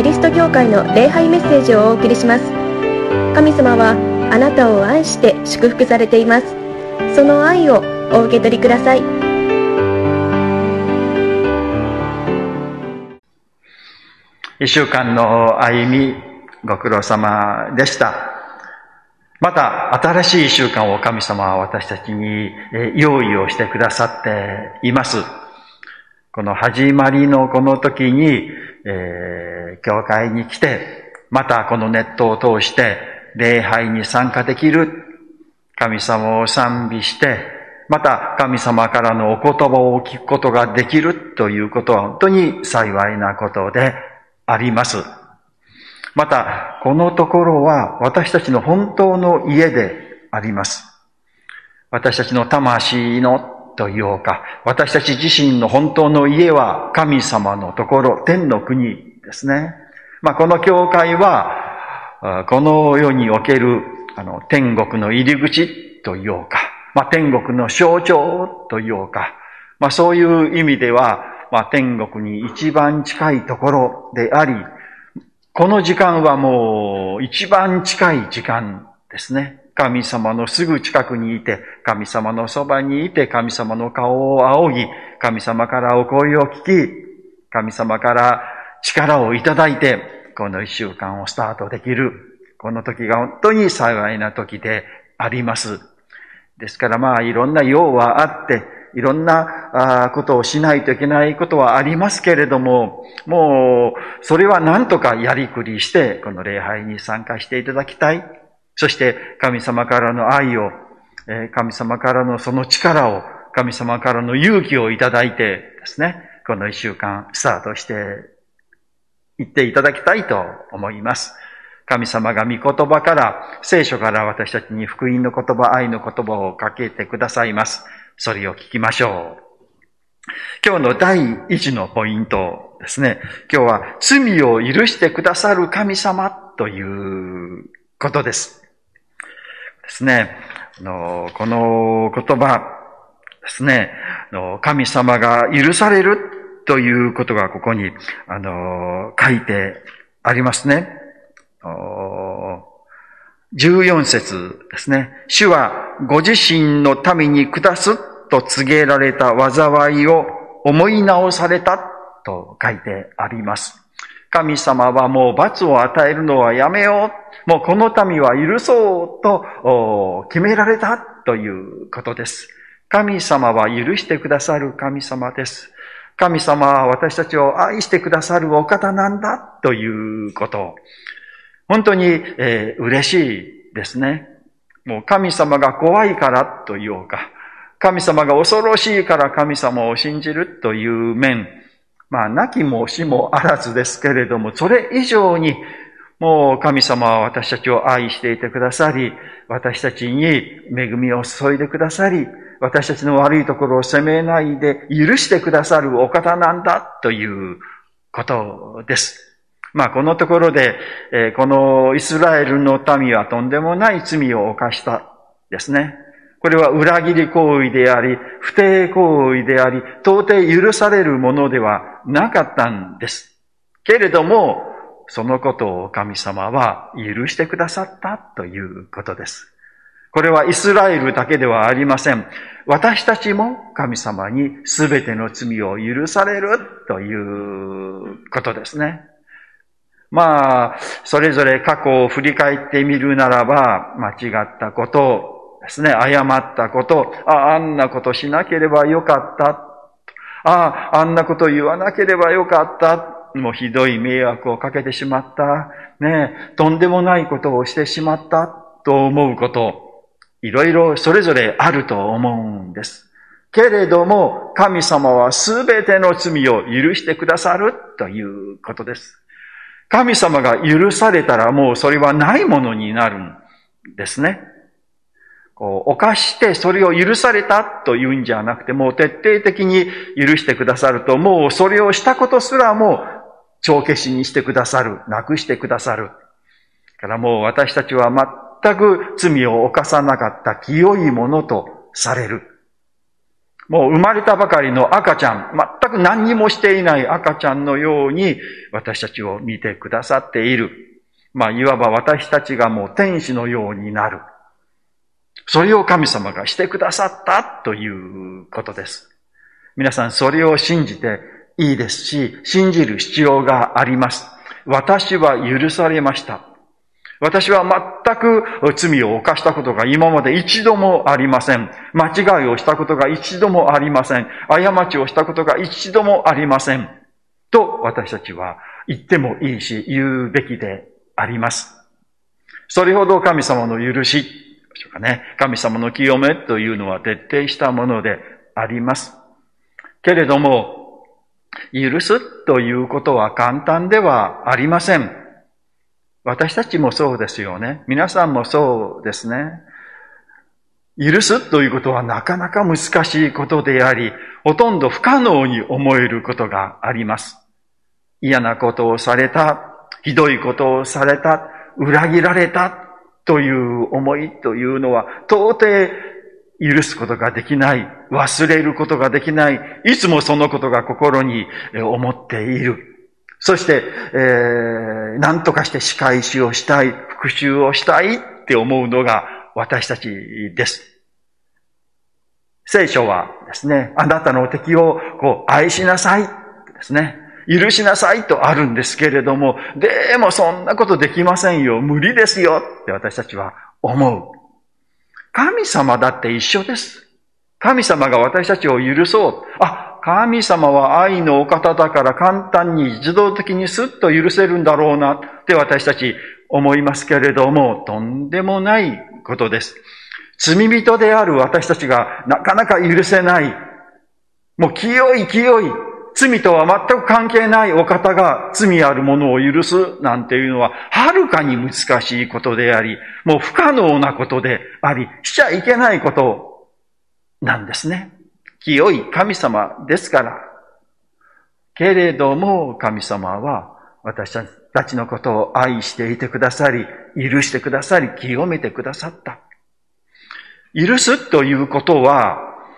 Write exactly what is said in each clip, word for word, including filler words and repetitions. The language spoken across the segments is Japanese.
リスト教会の礼拝メッセージをお送りします。神様はあなたを愛して祝福されています。その愛をお受け取りください。 一週間の歩み、ご苦労様でした。また新しい一週間を神様は私たちに用意をしてくださっています。この始まりのこの時に、えー、教会に来て、またこのネットを通して礼拝に参加できる、神様を賛美して、また神様からのお言葉を聞くことができるということは本当に幸いなことであります。また、このところは私たちの本当の家であります。私たちの魂のというか、私たち自身の本当の家は神様のところ、天の国ですね。まあ、この教会は、この世におけるあの天国の入り口というか、まあ、天国の象徴というか、まあ、そういう意味では、まあ、天国に一番近いところであり、この時間はもう一番近い時間ですね。神様のすぐ近くにいて、神様のそばにいて、神様の顔を仰ぎ、神様からお声を聞き、神様から力をいただいて、この一週間をスタートできる。この時が本当に幸いな時であります。ですからまあいろんな用はあって、いろんなことをしないといけないことはありますけれども、もうそれは何とかやりくりして、この礼拝に参加していただきたい。そして神様からの愛を、神様からのその力を、神様からの勇気をいただいてですね、この一週間スタートしていっていただきたいと思います。神様が御言葉から、聖書から私たちに福音の言葉、愛の言葉をかけてくださいます。それを聞きましょう。今日の第一のポイントですね。今日は罪を許してくださる神様ということです。ですね。あの、この言葉ですね。あの、神様が許されるということがここに、あの、書いてありますね。じゅうよん節ですね。主はご自身の民に下すと告げられた災いを思い直されたと書いてあります。神様はもう罰を与えるのはやめよう。もうこの民は許そうと決められたということです。神様は許してくださる神様です。神様は私たちを愛してくださるお方なんだということ。本当に、えー、嬉しいですね。もう神様が怖いからというか、神様が恐ろしいから神様を信じるという面、まあ、なきもしもあらずですけれども、それ以上に、もう神様は私たちを愛していてくださり、私たちに恵みを注いでくださり、私たちの悪いところを責めないで許してくださるお方なんだということです。まあこのところで、えー、このイスラエルの民はとんでもない罪を犯したですね。これは裏切り行為であり、不貞行為であり、到底許されるものではなかったんです。けれども、そのことを神様は許してくださったということです。これはイスラエルだけではありません。私たちも神様に全ての罪を許されるということですね。まあ、それぞれ過去を振り返ってみるならば、間違ったことですね、誤ったこと、あ、あんなことしなければよかった。あ、あんなこと言わなければよかった。もうひどい迷惑をかけてしまった。ね、とんでもないことをしてしまったと思うこと、いろいろそれぞれあると思うんです。けれども、神様はすべての罪を許してくださるということです。神様が許されたらもうそれはないものになるんですね。こう犯してそれを許されたというんじゃなくて、もう徹底的に許してくださると、もうそれをしたことすらも帳消しにしてくださる、なくしてくださる。だからもう私たちは全く罪を犯さなかった清いものとされる。 もう生まれたばかりの赤ちゃん、全く何にもしていない赤ちゃんのように私たちを見てくださっている。まあ、いわば私たちがもう天使のようになる。それを神様がしてくださったということです。皆さん、それを信じていいですし、信じる必要があります。私は許されました。私は全く罪を犯したことが今まで一度もありません。間違いをしたことが一度もありません。過ちをしたことが一度もありません。と私たちは言ってもいいし、言うべきであります。それほど神様の許し、でしょうかね。神様の清めというのは徹底したものであります。けれども、許すということは簡単ではありません。私たちもそうですよね。皆さんもそうですね。許すということはなかなか難しいことであり、ほとんど不可能に思えることがあります。嫌なことをされた、ひどいことをされた、裏切られたという思いというのは到底許すことができない、忘れることができない、いつもそのことが心に思っている。そして、えー、何とかして仕返しをしたい、復讐をしたいって思うのが私たちです。聖書はですね、あなたの敵をこう愛しなさいですね、許しなさいとあるんですけれども、でもそんなことできませんよ、無理ですよって私たちは思う。神様だって一緒です。神様が私たちを許そう。あ、神様は愛のお方だから簡単に自動的にスッと許せるんだろうなって私たち思いますけれども、とんでもないことです。罪人である私たちがなかなか許せない。もう清い清い。罪とは全く関係ないお方が罪あるものを許すなんていうのははるかに難しいことであり、もう不可能なことであり、しちゃいけないことなんですね。清い神様ですから。けれども神様は私たちのことを愛していてくださり、許してくださり、清めてくださった。許すということは、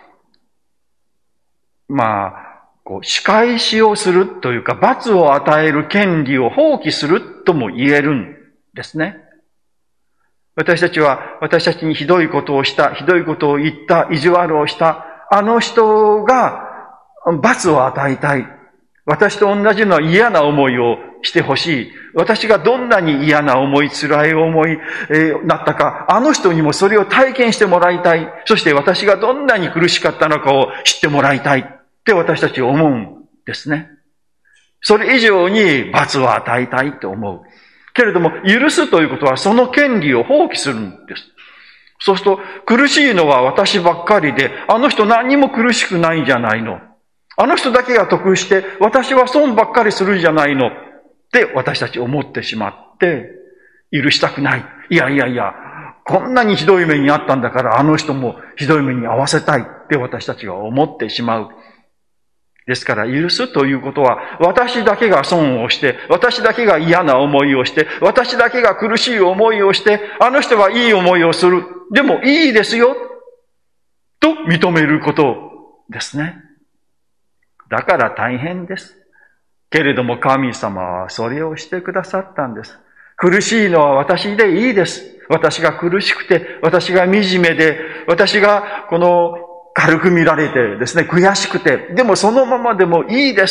まあ、こう仕返しをするというか、罰を与える権利を放棄するとも言えるんですね。私たちは、私たちにひどいことをした、ひどいことを言った、意地悪をした、あの人が罰を与えたい。私と同じような嫌な思いをしてほしい。私がどんなに嫌な思い、辛い思い、えー、なったか、あの人にもそれを体験してもらいたい。そして私がどんなに苦しかったのかを知ってもらいたいって私たち思うんですね。それ以上に罰を与えたいと思う。けれども、許すということはその権利を放棄するんです。そうすると、苦しいのは私ばっかりで、あの人何にも苦しくないんじゃないの。あの人だけが得して、私は損ばっかりするんじゃないの。って私たち思ってしまって、許したくない。いやいやいや、こんなにひどい目にあったんだから、あの人もひどい目に遭わせたいって私たちは思ってしまう。ですから、許すということは、私だけが損をして、私だけが嫌な思いをして、私だけが苦しい思いをして、あの人はいい思いをする。でもいいですよ。と認めることですね。だから大変です。けれども神様はそれをしてくださったんです。苦しいのは私でいいです。私が苦しくて、私が惨めで、私がこの軽く見られてですね、悔しくて、でもそのままでもいいです。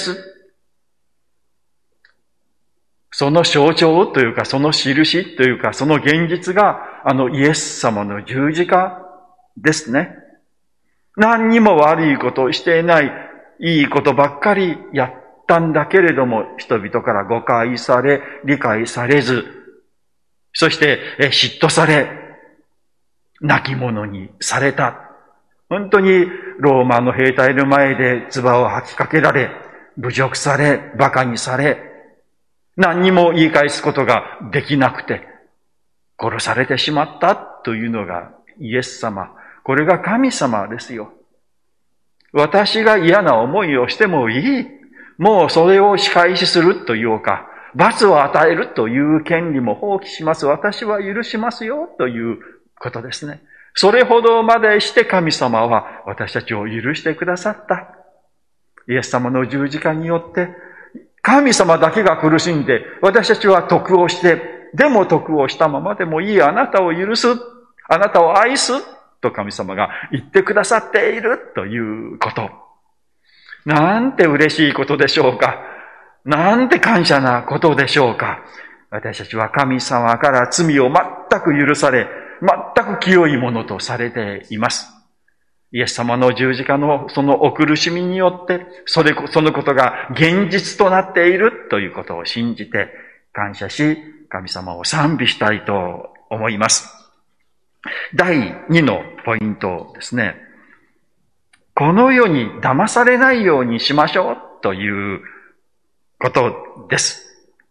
その象徴というか、その印というか、その現実が、あのイエス様の十字架ですね。何にも悪いことをしていない、いいことばっかりやったんだけれども、人々から誤解され、理解されず、そして嫉妬され、亡き者にされた。本当にローマの兵隊の前で唾を吐きかけられ、侮辱され、馬鹿にされ、何にも言い返すことができなくて、殺されてしまったというのがイエス様。これが神様ですよ。私が嫌な思いをしてもいい。もうそれを仕返しするというか、罰を与えるという権利も放棄します。私は許しますよということですね。 それほどまでして神様は私たちを許してくださった。イエス様の十字架によって、神様だけが苦しんで、私たちは得をして、でも得をしたままでもいい、あなたを許す、あなたを愛す、と神様が言ってくださっているということ。なんて嬉しいことでしょうか。なんて感謝なことでしょうか。私たちは神様から罪を全く許され、全く清いものとされています。イエス様の十字架のそのお苦しみによって、それ、そのことが現実となっているということを信じて感謝し、神様を賛美したいと思います。第二のポイントですね。この世に騙されないようにしましょうということです。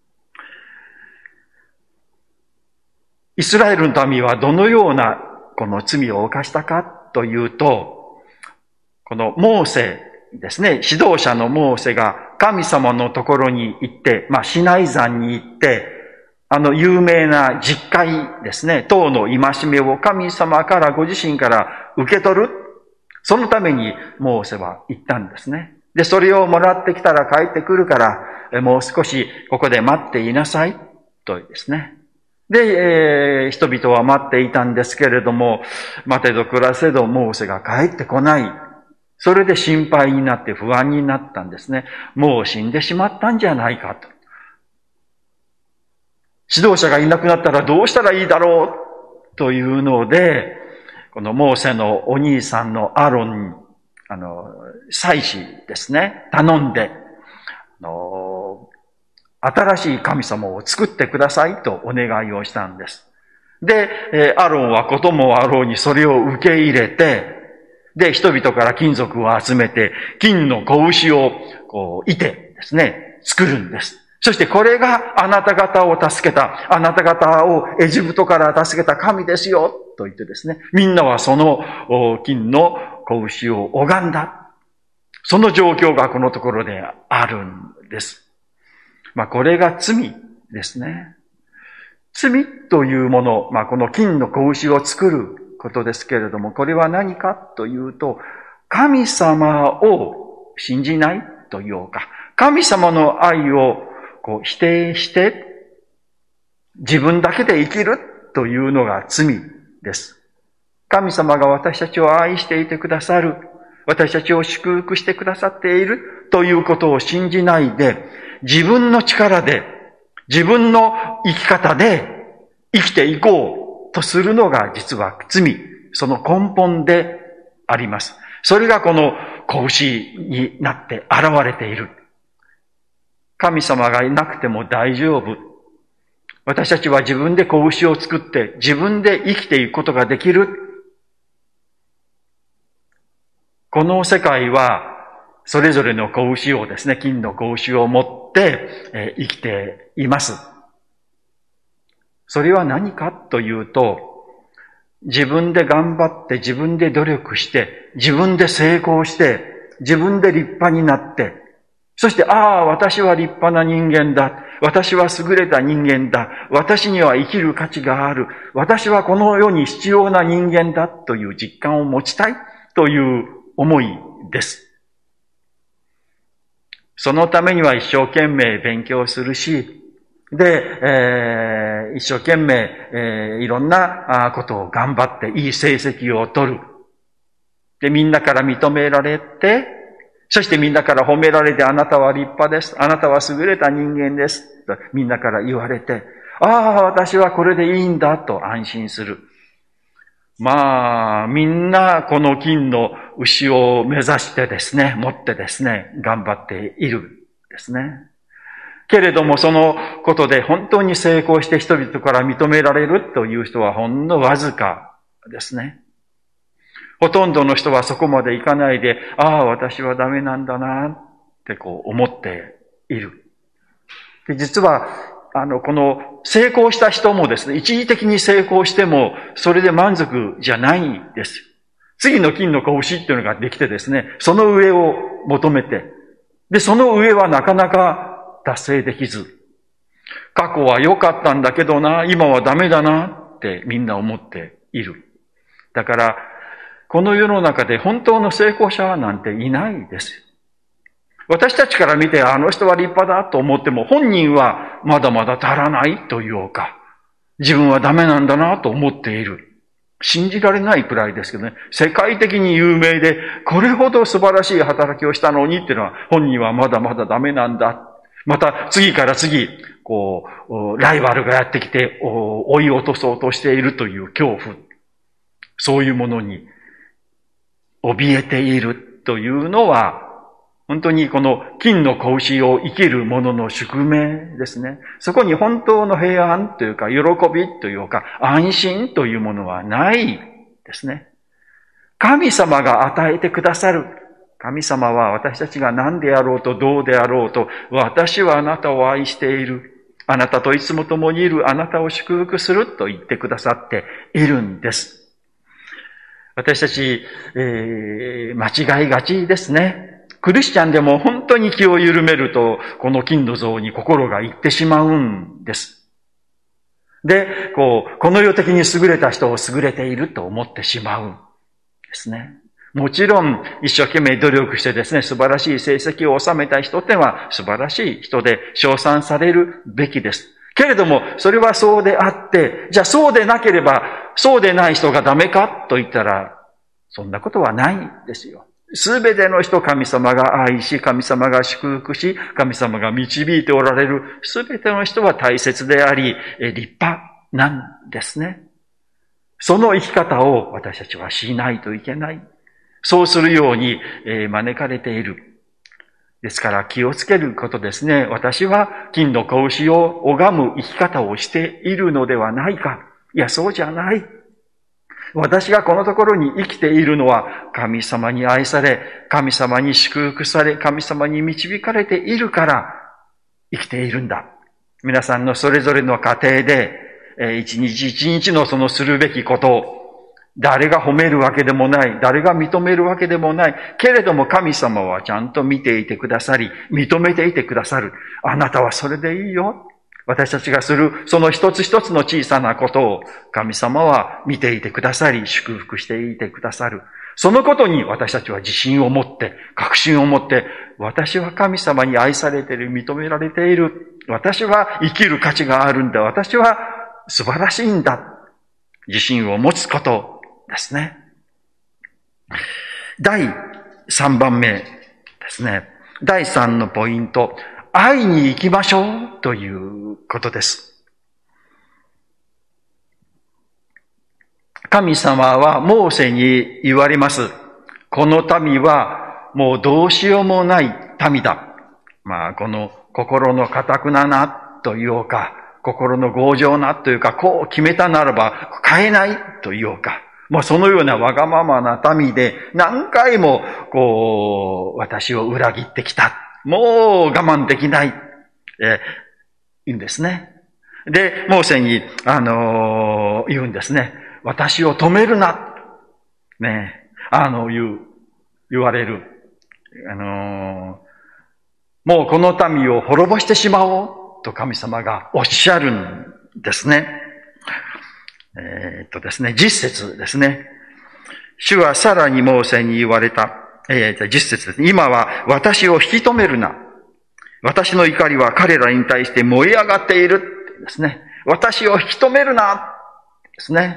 イスラエルの民はどのようなこの罪を犯したかというと、このモーセですね、指導者のモーセが神様のところに行って、まあ、シナイ山に行って、あの有名な実会ですね、党の戒めを神様からご自身から受け取る。そのためにモーセは行ったんですね。で、それをもらってきたら帰ってくるから、もう少しここで待っていなさい、とですね。で、えー、人々は待っていたんですけれども、待てど暮らせどモーセが帰ってこない。それで心配になって不安になったんですね。もう死んでしまったんじゃないかと。指導者がいなくなったらどうしたらいいだろうというので、このモーセのお兄さんのアロンに、あの、祭司ですね、頼んで、あの、新しい神様を作ってくださいとお願いをしたんです。で、アロンはこともあろうにそれを受け入れて、で、人々から金属を集めて、金の子牛を、こう、いてですね、作るんです。そしてこれがあなた方を助けた、あなた方をエジプトから助けた神ですよ、と言ってですね、みんなはその金の子牛を拝んだ。その状況がこのところであるんです。まあ、これが罪ですね。罪というもの、まあ、この金の子牛を作ることですけれども、これは何かというと、神様を信じないというか、神様の愛をこう否定して、自分だけで生きるというのが罪です。神様が私たちを愛していてくださる、私たちを祝福してくださっているということを信じないで、自分の力で、自分の生き方で生きていこうとするのが実は罪、その根本であります。それがこの子牛になって現れている。神様がいなくても大丈夫。私たちは自分で子牛を作って自分で生きていくことができる。この世界はそれぞれの子牛をですね、金の子牛を持って生きています。それは何かというと、自分で頑張って自分で努力して自分で成功して自分で立派になって、そして、ああ、私は立派な人間だ。私は優れた人間だ。私には生きる価値がある。私はこの世に必要な人間だという実感を持ちたいという思いです。そのためには一生懸命勉強するし、で、えー、一生懸命、えー、いろんなことを頑張っていい成績を取る。で、みんなから認められて、そしてみんなから褒められて、あなたは立派です。あなたは優れた人間です。とみんなから言われて、ああ、私はこれでいいんだと安心する。まあ、みんなこの金の牛を目指してですね、持ってですね、頑張っているですね。けれどもそのことで本当に成功して人々から認められるという人はほんのわずかですね。ほとんどの人はそこまでいかないで、ああ、私はダメなんだなってこう思っている。で、実は、あの、この成功した人もですね、一時的に成功しても、それで満足じゃないんですよ。次の金の子牛っていうのができてですね、その上を求めて、で、その上はなかなか達成できず、過去は良かったんだけどな、今はダメだなってみんな思っている。 だから、この世の中で本当の成功者なんていないです。私たちから見て、あの人は立派だと思っても、本人はまだまだ足らないというか、自分はダメなんだなと思っている。信じられないくらいですけどね、世界的に有名で、これほど素晴らしい働きをしたのにっていうのは、本人はまだまだダメなんだ。また次から次、こう、ライバルがやってきて、追い落とそうとしているという恐怖。そういうものに怯えているというのは、本当にこの金の子牛を生きる者の宿命ですね。そこに本当の平安というか、喜びというか、安心というものはないですね。神様が与えてくださる。神様は私たちが何であろうとどうであろうと、私はあなたを愛している。あなたといつも共にいるあなたを祝福すると言ってくださっているんです。私たち、えー、間違いがちですね。クリスチャンでも本当に気を緩めると、この金の像に心がいってしまうんです。で、こう、この世的に優れた人を優れていると思ってしまうんですね。もちろん、一生懸命努力してですね、素晴らしい成績を収めた人ってのは素晴らしい人で称賛されるべきです。けれども、それはそうであって、じゃあそうでなければ、そうでない人がダメかと言ったら、そんなことはないんですよ。すべての人、神様が愛し、神様が祝福し、神様が導いておられる、すべての人は大切であり、立派なんですね。その生き方を私たちはしないといけない。そうするように招かれている。ですから気をつけることですね。私は金の子牛を拝む生き方をしているのではないか。いや、そうじゃない。私がこのところに生きているのは神様に愛され、神様に祝福され、神様に導かれているから生きているんだ。皆さんのそれぞれの家庭で、一日一日のそのするべきことを、誰が褒めるわけでもない、誰が認めるわけでもない。けれども神様はちゃんと見ていてくださり、認めていてくださる。あなたはそれでいいよ。私たちがするその一つ一つの小さなことを神様は見ていてくださり、祝福していてくださる。そのことに私たちは自信を持って、確信を持って、私は神様に愛されている、認められている。私は生きる価値があるんだ。私は素晴らしいんだ。自信を持つことですね。だいさんばんめですね。だいさんのポイント。会いに行きましょうということです。神様はモーセに言われます。この民はもうどうしようもない民だ。まあこの心の堅くななというか、心の強情なというか、こう決めたならば変えないというか、もうそのようなわがままな民で何回もこう私を裏切ってきた。もう我慢できない。え言うんですね。で、モーセに、あのー、言うんですね。私を止めるな。ね、あの、言う、言われる。あのー、もうこの民を滅ぼしてしまおうと神様がおっしゃるんですね。えー、っとですね、実節ですね。主はさらにモーセに言われた。えー、実節ですね。今は私を引き止めるな。私の怒りは彼らに対して燃え上がっているってですね。私を引き止めるなですね。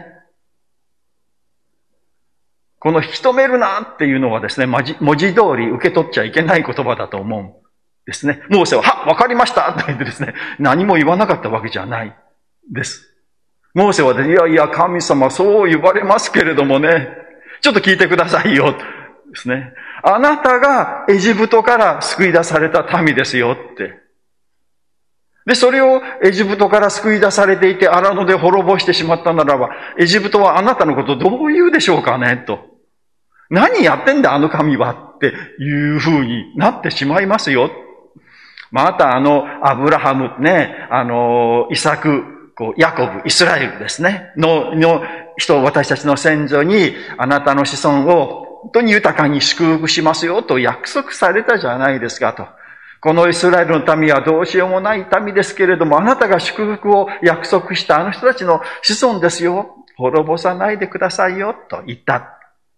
この引き止めるなっていうのはですね、文字、文字通り受け取っちゃいけない言葉だと思うんですね。モーセは、は、わかりましたと言ってですね、何も言わなかったわけじゃないです。モーセは、いやいや、神様そう言われますけれどもね、ちょっと聞いてくださいよ。ですね。あなたがエジプトから救い出された民ですよって。で、それをエジプトから救い出されていて荒野で滅ぼしてしまったならば、エジプトはあなたのことどう言うでしょうかねと。何やってんだあの神はっていう風になってしまいますよ。またあのアブラハムね、あのイサク、こうヤコブ、イスラエルですね、の、の人、私たちの先祖にあなたの子孫を本当に豊かに祝福しますよと約束されたじゃないですかと。このイスラエルの民はどうしようもない民ですけれども、あなたが祝福を約束したあの人たちの子孫ですよ。 滅ぼさないでくださいよ、と言った。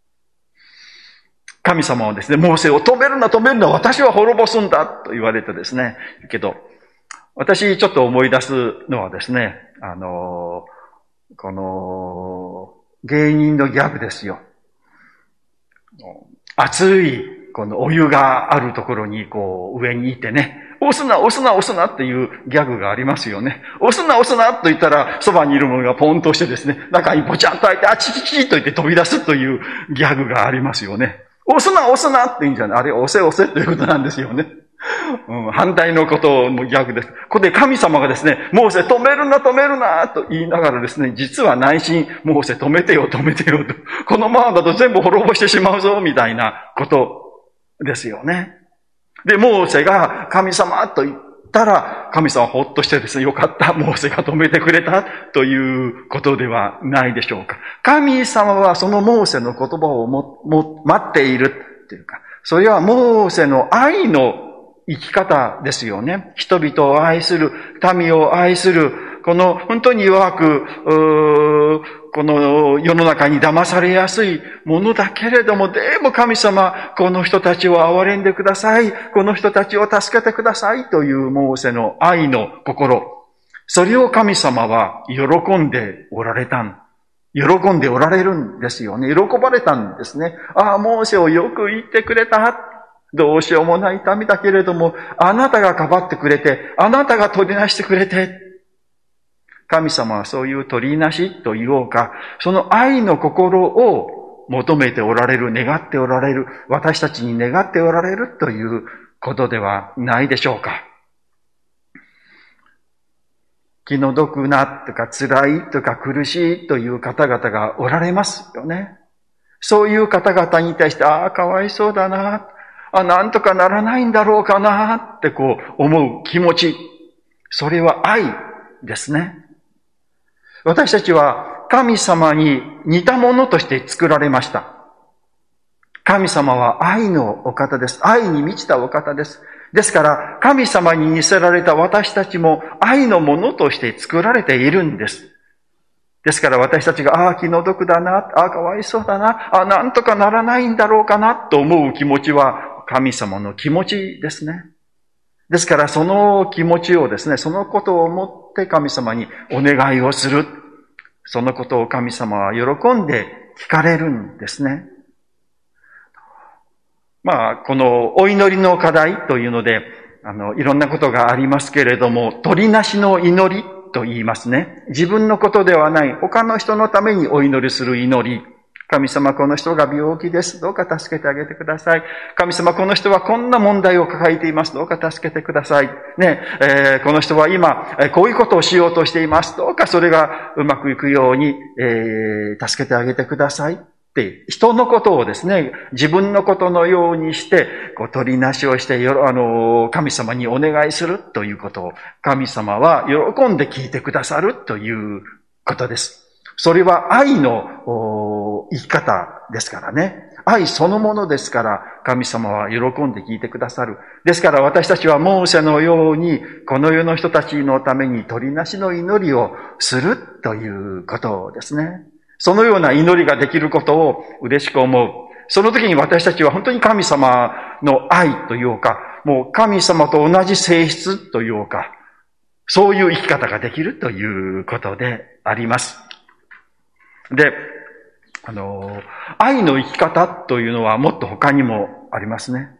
神様はですね、モーセを止めるな止めるな、私は滅ぼすんだ、と言われてですね、けど、私ちょっと思い出すのはですね、あの、この、芸人のギャグですよ。熱い、このお湯があるところに、こう、上にいてね、押すな、押すな、押すなっていうギャグがありますよね。押すな、押すなと言ったら、そばにいるものがポンとしてですね、中にポチャンと開いて、あちちちと言って飛び出すというギャグがありますよね。押すな、押すなって言うんじゃない。あれ、押せ押せということなんですよね。うん、反対のことのギャグです。ここで神様がですね、モーセ止めるな、止めるな、と言いながらですね、実は内心、モーセ止めてよ、止めてよと。このままだと全部滅ぼしてしまうぞ、みたいなことですよね。で、モーセが神様と言ったら、神様はほっとしてですね、よかった、モーセが止めてくれたということではないでしょうか。神様はそのモーセの言葉をも、も、待っているっていうか、それはモーセの愛の生き方ですよね。人々を愛する、民を愛する、この本当に弱く、この世の中に騙されやすいものだけれども、でも神様、この人たちを憐れんでください。この人たちを助けてくださいというモーセの愛の心。それを神様は喜んでおられたん。喜んでおられるんですよね。喜ばれたんですね。ああ、モーセをよく言ってくれた。どうしようもない民だけれども、あなたがかばってくれて、あなたが取りなしてくれて、神様はそういう取りなしと言おうか、その愛の心を求めておられる、願っておられる、私たちに願っておられるということではないでしょうか。気の毒なとか辛いとか苦しいという方々がおられますよね。そういう方々に対して、ああ、かわいそうだな、あ、なんとかならないんだろうかなってこう思う気持ち。それは愛ですね。私たちは神様に似たものとして作られました。神様は愛のお方です。愛に満ちたお方です。ですから、神様に似せられた私たちも愛のものとして作られているんです。ですから私たちが、ああ、気の毒だな、ああ、かわいそうだな、ああ、なんとかならないんだろうかな、と思う気持ちは神様の気持ちですね。ですからその気持ちをですね、そのことを思って神様にお願いをする。そのことを神様は喜んで聞かれるんですね。まあ、このお祈りの課題というので、あの、いろんなことがありますけれども、取りなしの祈りと言いますね。自分のことではない、他の人のためにお祈りする祈り。神様、この人が病気です。どうか助けてあげてください。神様、この人はこんな問題を抱えています。どうか助けてください。ね、えー、この人は今、こういうことをしようとしています。どうかそれがうまくいくように、えー、助けてあげてください。って、人のことをですね、自分のことのようにして、こう取りなしをして、よあの、神様にお願いするということを、神様は喜んで聞いてくださるということです。それは愛の生き方ですからね。愛そのものですから、神様は喜んで聞いてくださる。ですから私たちはモーセのように、この世の人たちのために取りなしの祈りをするということですね。そのような祈りができることを嬉しく思う。その時に私たちは本当に神様の愛というか、もう神様と同じ性質というか、そういう生き方ができるということであります。で、あの、愛の生き方というのはもっと他にもありますね。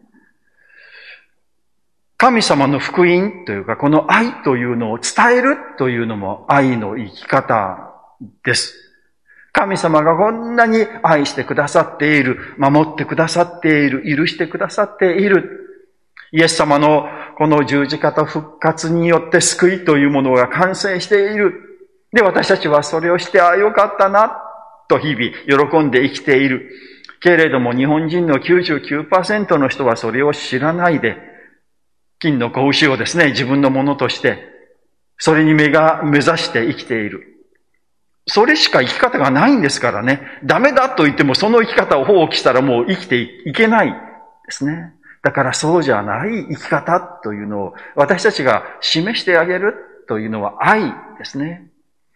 神様の福音というか、この愛というのを伝えるというのも愛の生き方です。神様がこんなに愛してくださっている、守ってくださっている、許してくださっている。イエス様のこの十字架と復活によって救いというものが完成している。で、私たちはそれをして、ああ、よかったな、と日々喜んで生きている。けれども日本人の きゅうじゅうきゅうパーセント の人はそれを知らないで、金の子牛をですね、自分のものとして、それに目が、目指して生きている。それしか生き方がないんですからね。ダメだと言ってもその生き方を放棄したらもう生きていけないですね。だからそうじゃない生き方というのを私たちが示してあげるというのは愛ですね。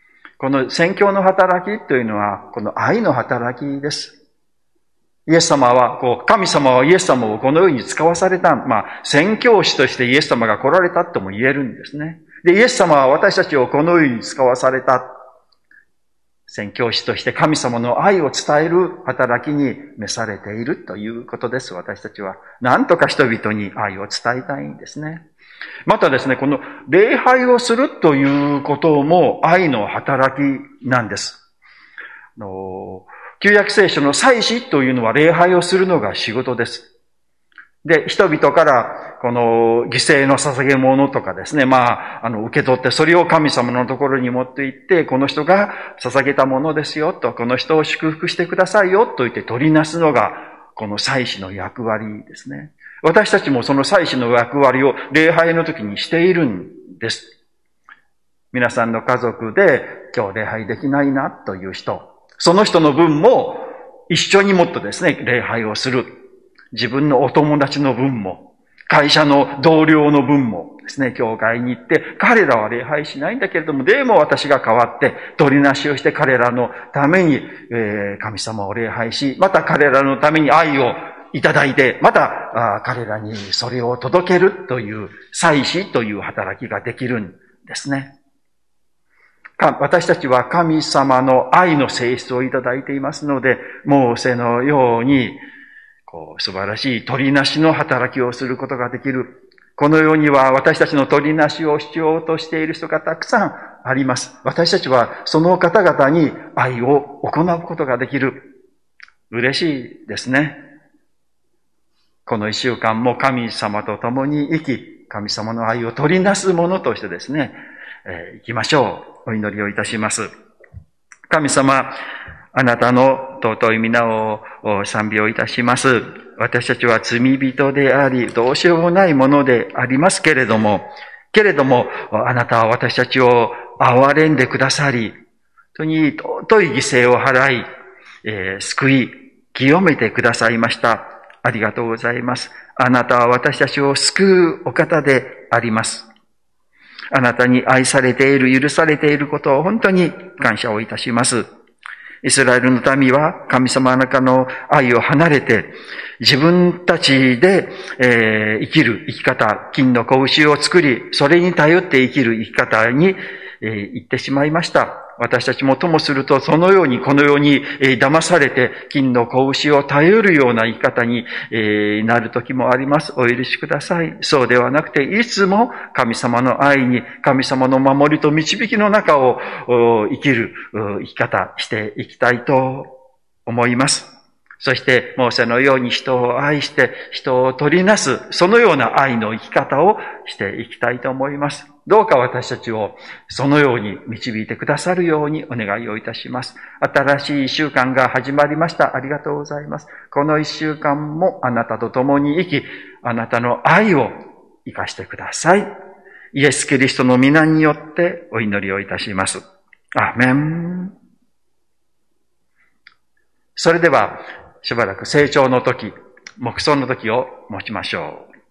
この宣教の働きというのは、この愛の働きです。イエス様は、こう、神様はイエス様をこのように使わされた。まあ、宣教師としてイエス様が来られたとも言えるんですね。で、イエス様は私たちをこのように使わされた。宣教師として神様の愛を伝える働きに召されているということです。私たちは。なんとか人々に愛を伝えたいんですね。またですね、この礼拝をするということも愛の働きなんです。あの旧約聖書の祭司というのは礼拝をするのが仕事です。で、人々からこの犠牲の捧げ物とかですね、まあ、あの、受け取ってそれを神様のところに持って行って、この人が捧げたものですよと、この人を祝福してくださいよと言って取りなすのが、この祭司の役割ですね。私たちもその祭司の役割を礼拝の時にしているんです。皆さんの家族で今日礼拝できないなという人、その人の分も一緒にもっとですね、礼拝をする。自分のお友達の分も、会社の同僚の分もですね、教会に行って、彼らは礼拝しないんだけれども、でも私が代わって取りなしをして彼らのために、えー、神様を礼拝し、また彼らのために愛をいただいて、また彼らにそれを届けるという祭司という働きができるんですね。私たちは神様の愛の性質をいただいていますので、モーセのようにこう素晴らしい取りなしの働きをすることができる。この世には私たちの取りなしを必要としている人がたくさんあります。私たちはその方々に愛を行うことができる。嬉しいですね。この一週間も神様と共に生き、神様の愛を取りなすものとしてですね、えー、行きましょう。お祈りをいたします。神様、あなたの尊い皆を賛美をいたします。私たちは罪人であり、どうしようもないものでありますけれども、けれども、あなたは私たちを憐れんでくださり、本当に尊い犠牲を払い、えー、救い、清めてくださいました。ありがとうございます。あなたは私たちを救うお方であります。あなたに愛されている、許されていることを本当に感謝をいたします。イスラエルの民は神様の中の愛を離れて、自分たちで、えー、生きる生き方、金の子牛を作り、それに頼って生きる生き方に、えー、行ってしまいました。私たちもともすると、そのようにこのように、えー、騙されて、金の子牛を頼るような生き方に、えー、なる時もあります。お許しください。そうではなくて、いつも神様の愛に、神様の守りと導きの中を生きる生き方していきたいと思います。そして、モーセのように人を愛して、人を取りなす、そのような愛の生き方をしていきたいと思います。どうか私たちをそのように導いてくださるようにお願いをいたします。新しい一週間が始まりました。ありがとうございます。この一週間もあなたと共に生き、あなたの愛を生かしてください。イエス・キリストの皆によってお祈りをいたします。アーメン。それでは、しばらく成長の時、黙想の時を持ちましょう。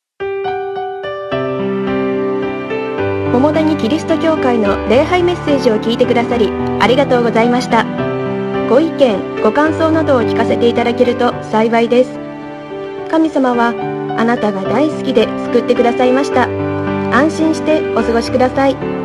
桃谷キリスト教会の礼拝メッセージを聞いてくださりありがとうございました。ご意見、ご感想などを聞かせていただけると幸いです。神様はあなたが大好きで救ってくださいました。安心してお過ごしください。